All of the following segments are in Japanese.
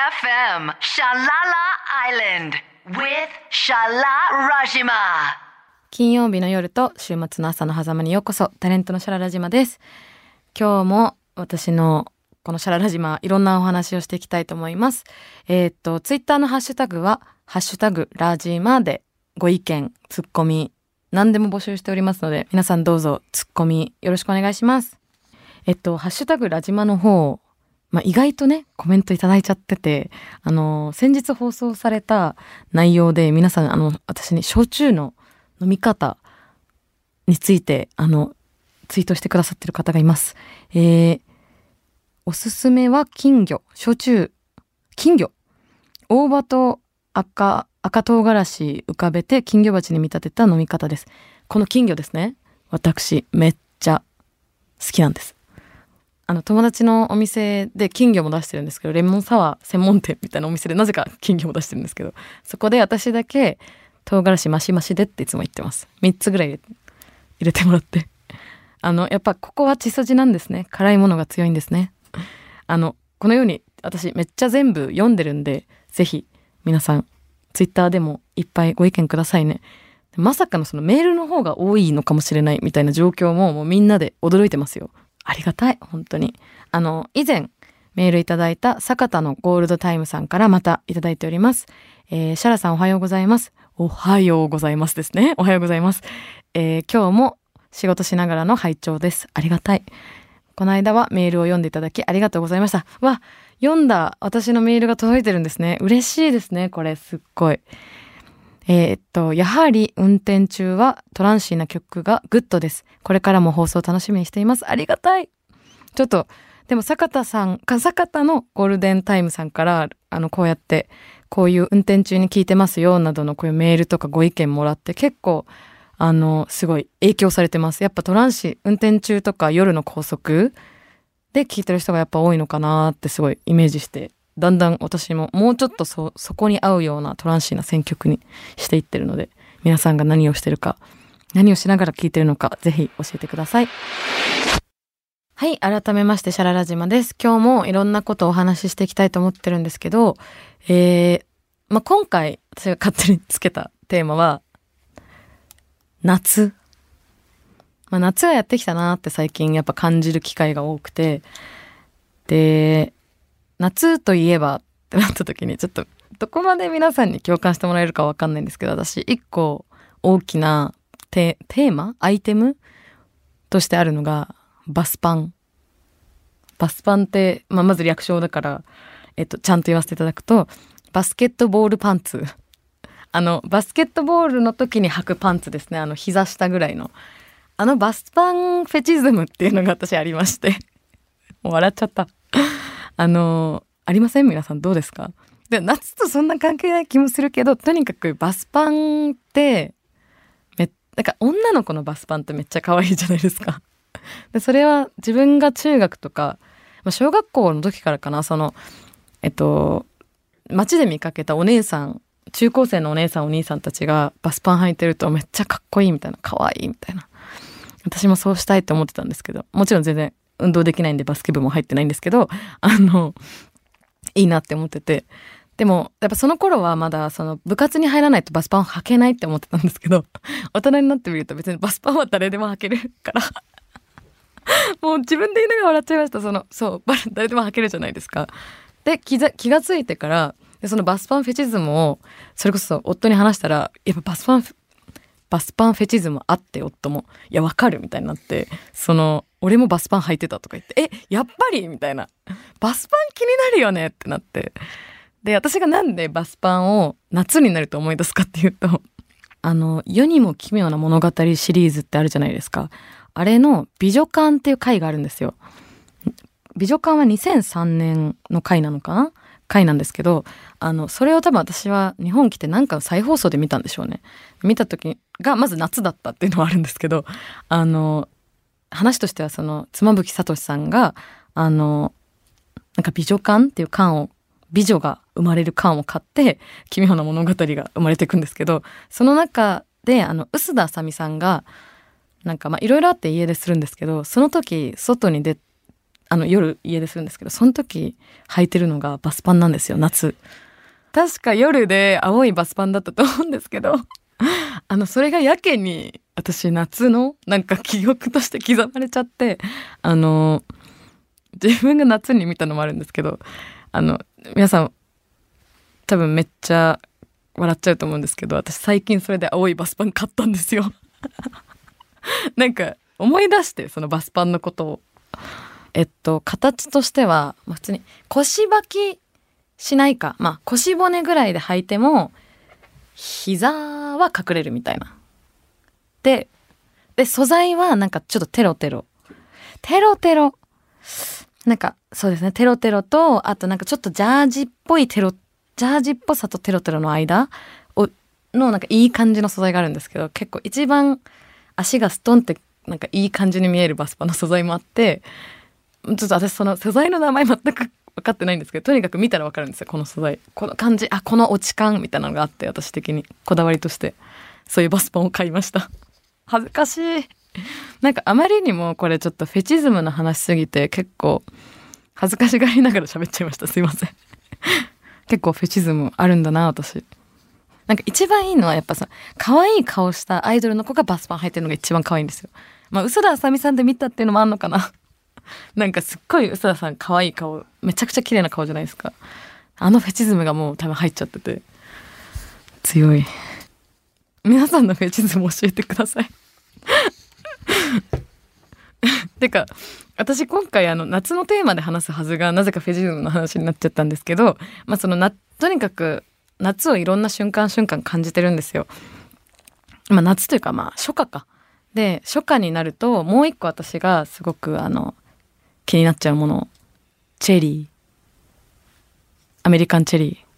FM Shalala Island with Shala Rajima。 金曜日の夜と週末の朝の狭間にようこそ。タレントのシャララジマです。今日も私のこのシャララジマいろんなお話をしていきたいと思います。ツイッターのハッシュタグはハッシュタグラジマでご意見ツッコミ何でも募集しておりますので、皆さんどうぞツッコミよろしくお願いします。ハッシュタグラジマの方、意外とねコメントいただいちゃってて、先日放送された内容で皆さん私に焼酎の飲み方についてツイートしてくださってる方がいます。おすすめは金魚、焼酎金魚、大葉と赤唐辛子浮かべて金魚鉢に見立てた飲み方です。この金魚ですね、私めっちゃ好きなんです。友達のお店で金魚も出してるんですけど、レモンサワー専門店みたいなお店でなぜか金魚も出してるんですけど、そこで私だけ唐辛子マシマシでっていつも言ってます。3つぐらい入れてもらってやっぱここは血筋なんですね。辛いものが強いんですね。このように私めっちゃ全部読んでるんで、ぜひ皆さんツイッターでもいっぱいご意見くださいね。まさかのそのメールの方が多いのかもしれないみたいな状況もうみんなで驚いてますよ。ありがたい、本当に。以前メールいただいた坂田のゴールドタイムさんからまたいただいております。シャラさんおはようございます。おはようございますですね。おはようございます。今日も仕事しながらの拝聴です。ありがたい。この間はメールを読んでいただきありがとうございました。読んだ私のメールが届いてるんですね。嬉しいですね、これすっごい。やはり運転中はトランシーな曲がグッドです。これからも放送楽しみにしています。ありがたい。ちょっとでも坂田のゴールデンタイムさんからこうやってこういう運転中に聞いてますよなどのこういうメールとかご意見もらって結構すごい影響されてます。やっぱトランシー運転中とか夜の高速で聞いてる人がやっぱ多いのかなってすごいイメージして、だんだん私ももうちょっとそこに合うようなトランシーな選曲にしていってるので、皆さんが何をしてるか、何をしながら聞いてるのかぜひ教えてください。はい、改めましてシャララジマです。今日もいろんなことをお話ししていきたいと思ってるんですけど、今回私が勝手につけたテーマは夏。夏がやってきたなって最近やっぱ感じる機会が多くて、で夏といえばってなった時にちょっとどこまで皆さんに共感してもらえるかわかんないんですけど、私一個大きなテーマアイテムとしてあるのがバスパン。バスパンって、まず略称だからちゃんと言わせていただくとバスケットボールパンツ。バスケットボールの時に履くパンツですね。膝下ぐらいのバスパンフェチズムっていうのが私ありましてもう笑っちゃった。ありません？皆さんどうですか？で夏とそんな関係ない気もするけど、とにかくバスパンってなんか女の子のバスパンってめっちゃ可愛いじゃないですか。でそれは自分が中学とか、小学校の時からかな、街で見かけたお姉さん、中高生のお姉さんお兄さんたちがバスパン履いてるとめっちゃかっこいいみたいな、可愛いみたいな、私もそうしたいと思ってたんですけど、もちろん全然運動できないんでバスケ部も入ってないんですけど、いいなって思ってて、でもやっぱその頃はまだ部活に入らないとバスパンを履けないって思ってたんですけど、大人になってみると別にバスパンは誰でも履けるからもう自分で言いながら笑っちゃいました。誰でも履けるじゃないですか。で気がついてから、でそのバスパンフェチズムをそれこそ夫に話したら、やっぱバスパンフェチズムあって、夫もいやわかるみたいになって、俺もバスパン履いてたとか言って、やっぱりみたいな、バスパン気になるよねってなって、で私がなんでバスパンを夏になると思い出すかっていうと、世にも奇妙な物語シリーズってあるじゃないですか。あれの美女館っていう回があるんですよ。美女館は2003年の回なのかな、回なんですけど、それを多分私は日本来てなんかの再放送で見たんでしょうね。見た時がまず夏だったっていうのはあるんですけど、話としては妻夫木聡さんがなんか美女館っていう館を、美女が生まれる館を買って奇妙な物語が生まれていくんですけど、その中で臼田あさみさんがなんかいろいろあって家出するんですけど、その時外に夜家でするんですけど、その時履いてるのがバスパンなんですよ、夏。確か夜で青いバスパンだったと思うんですけどそれがやけに私夏のなんか記憶として刻まれちゃって、自分が夏に見たのもあるんですけど、皆さん多分めっちゃ笑っちゃうと思うんですけど、私最近それで青いバスパン買ったんですよなんか思い出して、そのバスパンのことを。形としては、普通に腰履きしないか、腰骨ぐらいで履いても膝は隠れるみたいな。で素材はなんかちょっとテロテロなんかそうですね、テロテロと、あとなんかちょっとジャージっぽさとテロテロの間のなんかいい感じの素材があるんですけど、結構一番足がストンってなんかいい感じに見えるバスパの素材もあって、ちょっと私その素材の名前全く分かってないんですけど、とにかく見たら分かるんですよ、この素材、この感じ、この落ち感みたいなのがあって、私的にこだわりとしてそういうバスパンを買いました恥ずかしい。なんかあまりにもこれちょっとフェチズムの話すぎて結構恥ずかしがりながら喋っちゃいました。すいません結構フェチズムあるんだな私。なんか一番いいのはやっぱさ、可愛い顔したアイドルの子がバスパン履いてるのが一番可愛いんですよ。臼田あさみさんで見たっていうのもあんのかななんかすっごい臼田さん可愛い顔、めちゃくちゃ綺麗な顔じゃないですか。フェチズムがもう多分入っちゃってて強い。皆さんのフェチズム教えてくださいてか私今回夏のテーマで話すはずがなぜかフェチズムの話になっちゃったんですけど、とにかく夏をいろんな瞬間感じてるんですよ。夏というか初夏か。で初夏になるともう一個私がすごく気になっちゃうもの、チェリー、アメリカンチェリー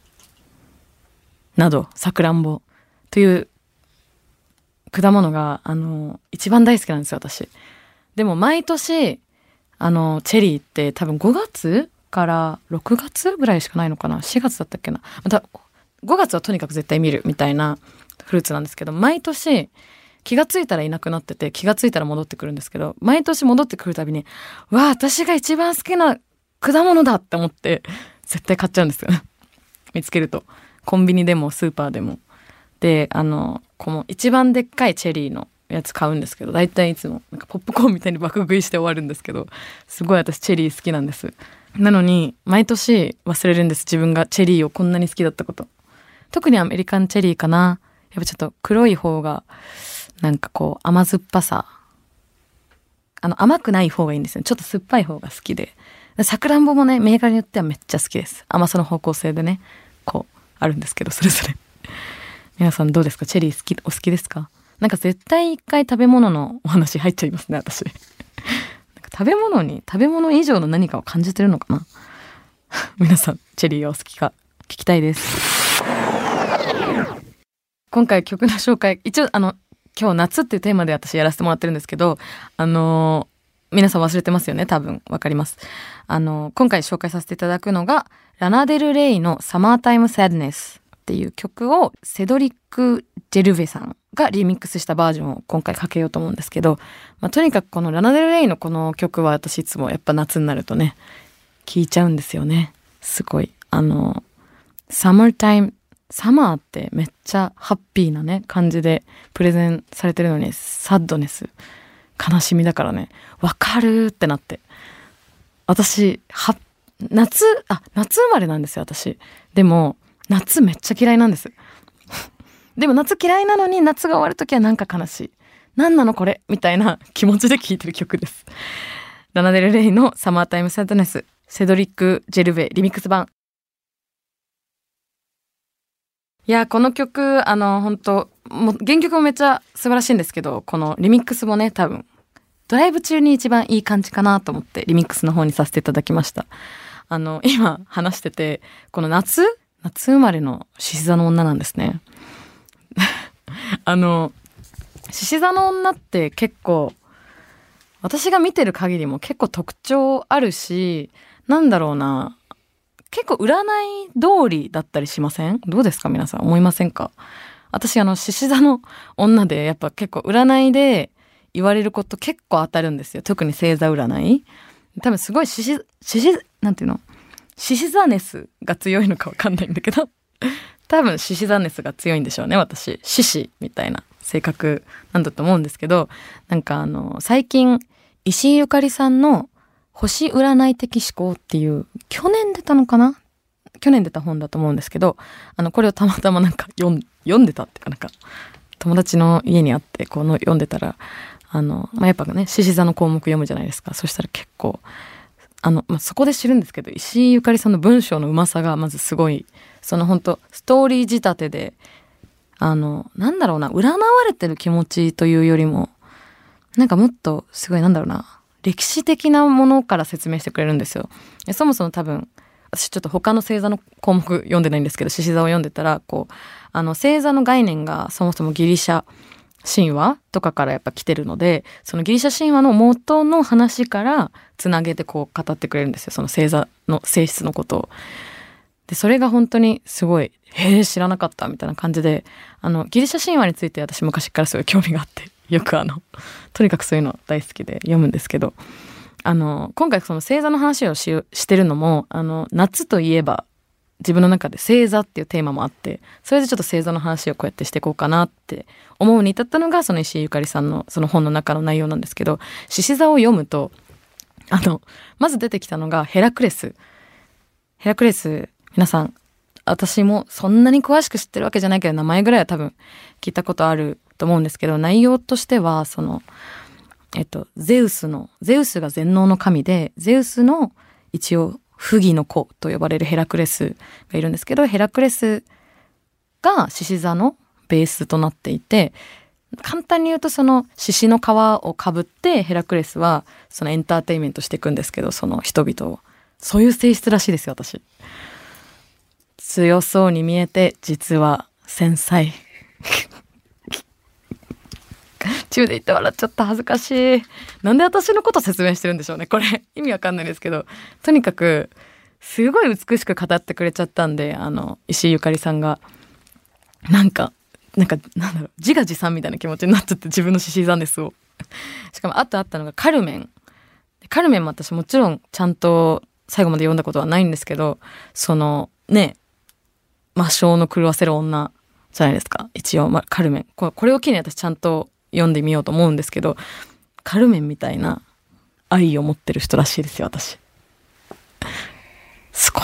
などさくらんぼという果物が一番大好きなんですよ私。でも毎年チェリーって多分5月から6月ぐらいしかないのかな、4月だったっけな、5月はとにかく絶対見るみたいなフルーツなんですけど、毎年気がついたらいなくなってて、気がついたら戻ってくるんですけど、毎年戻ってくるたびに私が一番好きな果物だって思って絶対買っちゃうんですよ見つけると、コンビニでもスーパーでも。でこの一番でっかいチェリーのやつ買うんですけど、だいたいいつもなんかポップコーンみたいに爆食いして終わるんですけど、すごい私チェリー好きなんです。なのに毎年忘れるんです、自分がチェリーをこんなに好きだったこと。特にアメリカンチェリーかな。やっぱちょっと黒い方がなんかこう甘酸っぱさ、甘くない方がいいんですよ。ちょっと酸っぱい方が好きで、さくらんぼもね銘柄によってはめっちゃ好きです。甘さの方向性でねこうあるんですけど、それぞれ皆さんどうですか、チェリーお好きですか？なんか絶対一回食べ物のお話入っちゃいますね私なんか食べ物以上の何かを感じてるのかな皆さんチェリーがお好きか聞きたいです。今回曲の紹介、一応今日夏っていうテーマで私やらせてもらってるんですけど、皆さん忘れてますよね、多分わかります。今回紹介させていただくのがラナデルレイのサマータイムサデネスっていう曲をセドリック・ジェルヴェさんがリミックスしたバージョンを今回かけようと思うんですけど、とにかくこのラナデルレイのこの曲は私いつもやっぱ夏になるとね聴いちゃうんですよね。すごいサマーってめっちゃハッピーなね感じでプレゼンされてるのに、サッドネス、悲しみだからね、わかるってなって、私夏生まれなんですよ私。でも夏めっちゃ嫌いなんですでも夏嫌いなのに夏が終わるときはなんか悲しい、なんなのこれみたいな気持ちで聴いてる曲です。ラナデルレイのサマータイムサドネス、セドリック・ジェルヴェリミックス版。いやこの曲本当もう原曲もめっちゃ素晴らしいんですけど、このリミックスもね多分ドライブ中に一番いい感じかなと思ってリミックスの方にさせていただきました。今話してて、この夏生まれの獅子座の女なんですね獅子座の女って結構私が見てる限りも結構特徴あるし、なんだろうな、結構占い通りだったりしません？どうですか皆さん、思いませんか？私獅子座の女でやっぱ結構占いで言われること結構当たるんですよ。特に星座占い多分すごいなんていうの、獅子座熱が強いのかわかんないんだけど、多分獅子座熱が強いんでしょうね。私獅子みたいな性格なんだと思うんですけど、なんか最近石井ゆかりさんの星占い的思考っていう、去年出た本だと思うんですけど、これをたまたまなんか読んでたっていうか、なんか友達の家にあって読んでたら、やっぱね獅子座の項目読むじゃないですか。そしたら結構そこで知るんですけど、石井ゆかりさんの文章のうまさがまずすごい、本当ストーリー仕立てで、なんだろうな、占われてる気持ちというよりも、なんかもっとすごい、なんだろうな、歴史的なものから説明してくれるんですよ。そもそも多分、私ちょっと他の星座の項目読んでないんですけど、獅子座を読んでたら、星座の概念がそもそもギリシャ神話とかからやっぱ来てるので、そのギリシャ神話の元の話からつなげて語ってくれるんですよ。その星座の性質のことを。で、それが本当にすごい、知らなかったみたいな感じで、ギリシャ神話について私昔からすごい興味があって、よくとにかくそういうの大好きで読むんですけど、今回その星座の話をしてるのも、夏といえば自分の中で星座っていうテーマもあって、それでちょっと星座の話をこうやってしていこうかなって思うに至ったのが、その石井ゆかりさんのその本の中の内容なんですけど、獅子座を読むと、まず出てきたのがヘラクレス。皆さん、私もそんなに詳しく知ってるわけじゃないけど、名前ぐらいは多分聞いたことあると思うんですけど、内容としては、ゼウスが全能の神で、ゼウスの一応不義の子と呼ばれるヘラクレスがいるんですけど、ヘラクレスが獅子座のベースとなっていて、簡単に言うとその獅子の皮をかぶってヘラクレスはそのエンターテインメントしていくんですけど、その人々を。そういう性質らしいですよ、私。強そうに見えて実は繊細。中で言って笑っちゃった、恥ずかしい。なんで私のこと説明してるんでしょうね、これ。意味わかんないですけど、とにかくすごい美しく語ってくれちゃったんで、石井ゆかりさんがなんだろう、自画自賛みたいな気持ちになっちゃって、自分の獅子座ですを。しかもあったのがカルメンも私もちろんちゃんと最後まで読んだことはないんですけど、そのね、魔性の狂わせる女じゃないですか、一応。カルメン、これを機に私ちゃんと読んでみようと思うんですけど、カルメンみたいな愛を持ってる人らしいですよ、私。すごい。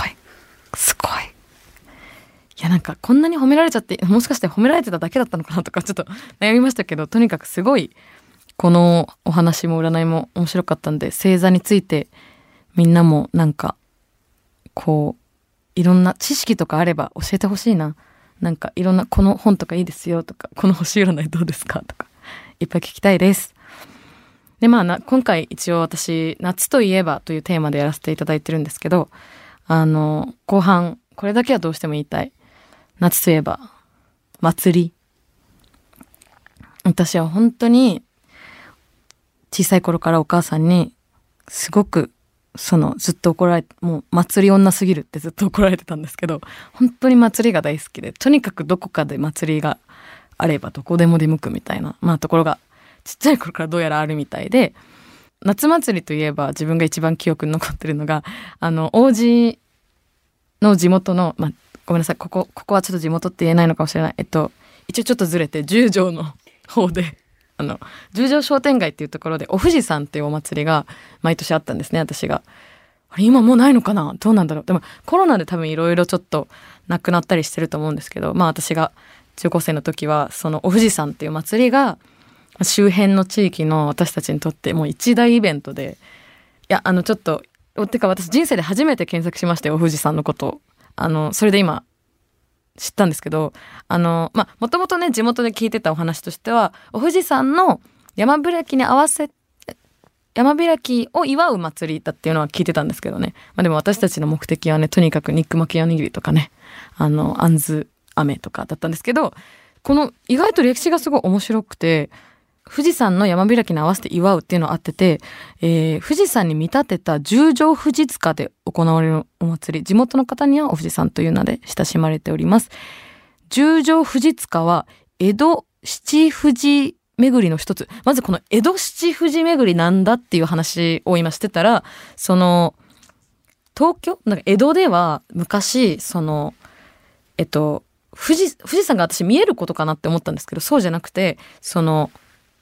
いや、なんかこんなに褒められちゃって、もしかして褒められてただけだったのかなとかちょっと悩みましたけど、とにかくすごいこのお話も占いも面白かったんで、星座についてみんなもなんかいろんな知識とかあれば教えてほしいな。なんかいろんな、この本とかいいですよとか、この星占いどうですかとか、いっぱい聞きたいです。で、今回一応私、夏といえばというテーマでやらせていただいてるんですけど、後半、これだけはどうしても言いたい。夏といえば、祭り。私は本当に、小さい頃からお母さんに、すごく、ずっともう祭り女すぎるってずっと怒られてたんですけど、本当に祭りが大好きで、とにかくどこかで祭りがあればどこでも出向くみたいな、ところがちっちゃい頃からどうやらあるみたいで、夏祭りといえば自分が一番記憶に残ってるのが、王子の地元の、ごめんなさい、ここはちょっと地元って言えないのかもしれない。一応ちょっとずれて、十条の方で、十条商店街っていうところでお富士山っていうお祭りが毎年あったんですね。私があれ今もうないのかな、どうなんだろう。でもコロナで多分いろいろちょっとなくなったりしてると思うんですけど、私が中高生の時はそのお富士山っていう祭りが周辺の地域の私たちにとってもう一大イベントで、いやちょっとてか私人生で初めて検索しましたよ、お富士山のことを。それで今知ったんですけど、もともとね、地元で聞いてたお話としては、お富士山の山開きを祝う祭りだっていうのは聞いてたんですけどね。でも私たちの目的はね、とにかく肉巻きおにぎりとかね、あんず飴とかだったんですけど、この意外と歴史がすごい面白くて、富士山の山開きに合わせて祝うっていうのがあってて、富士山に見立てた十条富士塚で行われるお祭り、地元の方にはお富士山という名で親しまれております。十条富士塚は江戸七富士巡りの一つ。まずこの江戸七富士巡りなんだっていう話を今してたら、その、東京なんか江戸では昔、その、富士山が私見えることかなって思ったんですけど、そうじゃなくて、その、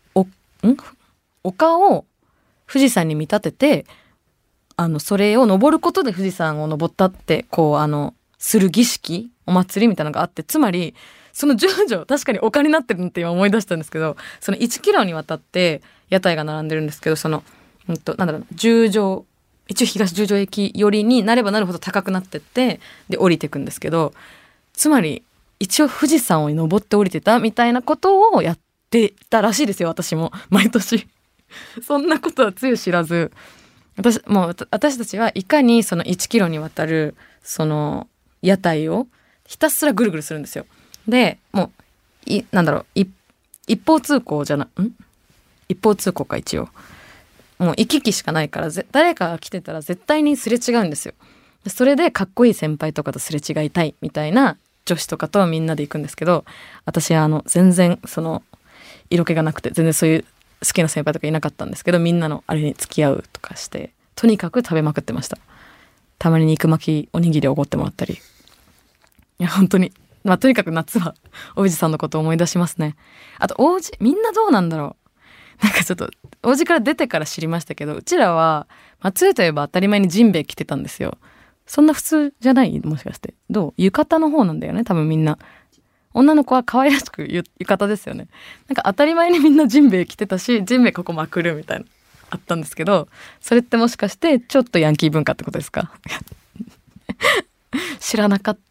丘を富士山に見立てて、それを登ることで富士山を登ったって、こう、する儀式、お祭りみたいなのがあって、つまり、その順序、確かに丘になってるって今思い出したんですけど、その1キロにわたって屋台が並んでるんですけど、その、なんだろう、十条、一応東十条駅寄りになればなるほど高くなってって、で、降りていくんですけど、つまり、一応富士山を登って降りてたみたいなことをやってたらしいですよ、私も。毎年。そんなことはつゆ知らず、私たちはいかにその1キロにわたる、その、屋台をひたすらぐるぐるするんですよ。で、もう、なんだろう、一方通行じゃな、一方通行か一応。もう行き来しかないから、誰かが来てたら絶対にすれ違うんですよ。それでかっこいい先輩とかとすれ違いたいみたいな女子とかとみんなで行くんですけど、私は全然その、色気がなくて、全然そういう好きな先輩とかいなかったんですけど、みんなのあれに付き合うとかして、とにかく食べまくってました。たまに肉巻きおにぎりおごってもらったり。いや、本当に。まあ、とにかく夏は、王子さんのことを思い出しますね。あと、みんなどうなんだろう。なんかちょっと、王子から出てから知りましたけど、うちらは、松江といえば当たり前にジンベエ着てたんですよ。そんな普通じゃない？もしかして。どう？浴衣の方なんだよね、多分みんな。女の子は可愛らしく浴衣ですよね。なんか当たり前にみんなジンベエ着てたし、ジンベエここまくるみたいな、あったんですけど、それってもしかして、ちょっとヤンキー文化ってことですか？知らなかった。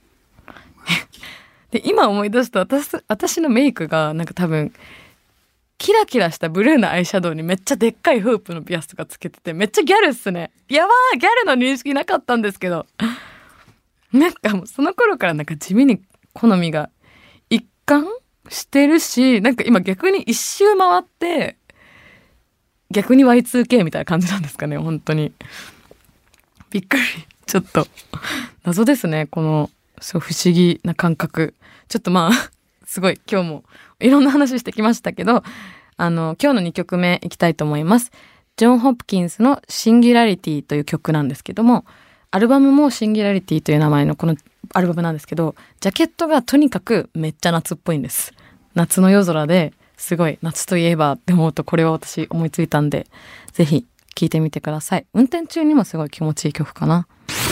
で、今思い出すと私のメイクがなんか多分キラキラしたブルーなアイシャドウにめっちゃでっかいフープのピアスとかつけてて、めっちゃギャルっすね。やばー、ギャルの認識なかったんですけど、なんかもうその頃からなんか地味に好みが一貫してるし、なんか今逆に一周回って逆に Y2K みたいな感じなんですかね。本当にびっくり。ちょっと謎ですね、このそう不思議な感覚。ちょっとまあすごい今日もいろんな話してきましたけど、今日の2曲目いきたいと思います。ジョン・ホプキンスのシンギュラリティという曲なんですけども、アルバムもシンギュラリティという名前のこのアルバムなんですけど、ジャケットがとにかくめっちゃ夏っぽいんです。夏の夜空ですごい夏といえばって思うと、これは私思いついたんで、ぜひ聴いてみてください。運転中にもすごい気持ちいい曲かな。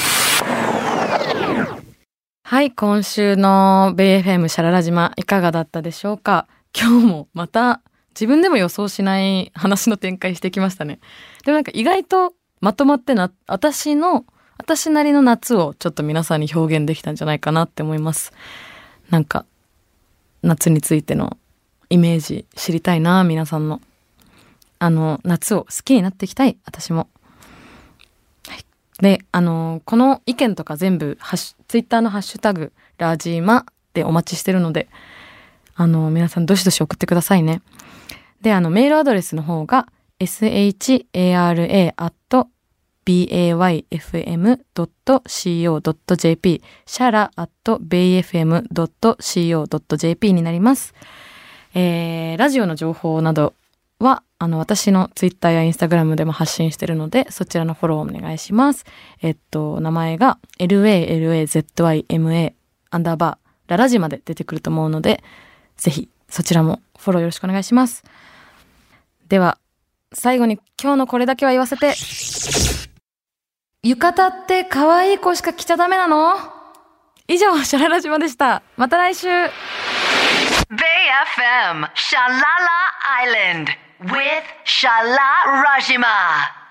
はい、今週のベイ FM シャララ島いかがだったでしょうか。今日もまた自分でも予想しない話の展開してきましたね。でもなんか意外とまとまって私なりの夏をちょっと皆さんに表現できたんじゃないかなって思います。なんか夏についてのイメージ知りたいな、皆さんの。夏を好きになっていきたい、私も。で、この意見とか全部ツイッターのハッシュタグラジマでお待ちしてるので、皆さんどしどし送ってくださいね。で、メールアドレスの方が shara@bayfm.co.jp shara@bayfm.co.jp になります。ラジオの情報などは私のツイッターやインスタグラムでも発信してるので、そちらのフォローお願いします。名前が LALAZYMAララジまで出てくると思うので、ぜひそちらもフォローよろしくお願いします。では最後に今日のこれだけは言わせて。浴衣って可愛い子しか着ちゃダメなの？以上、シャララ島でした。また来週。 Bay FM Shalala Island with Shala Rajima.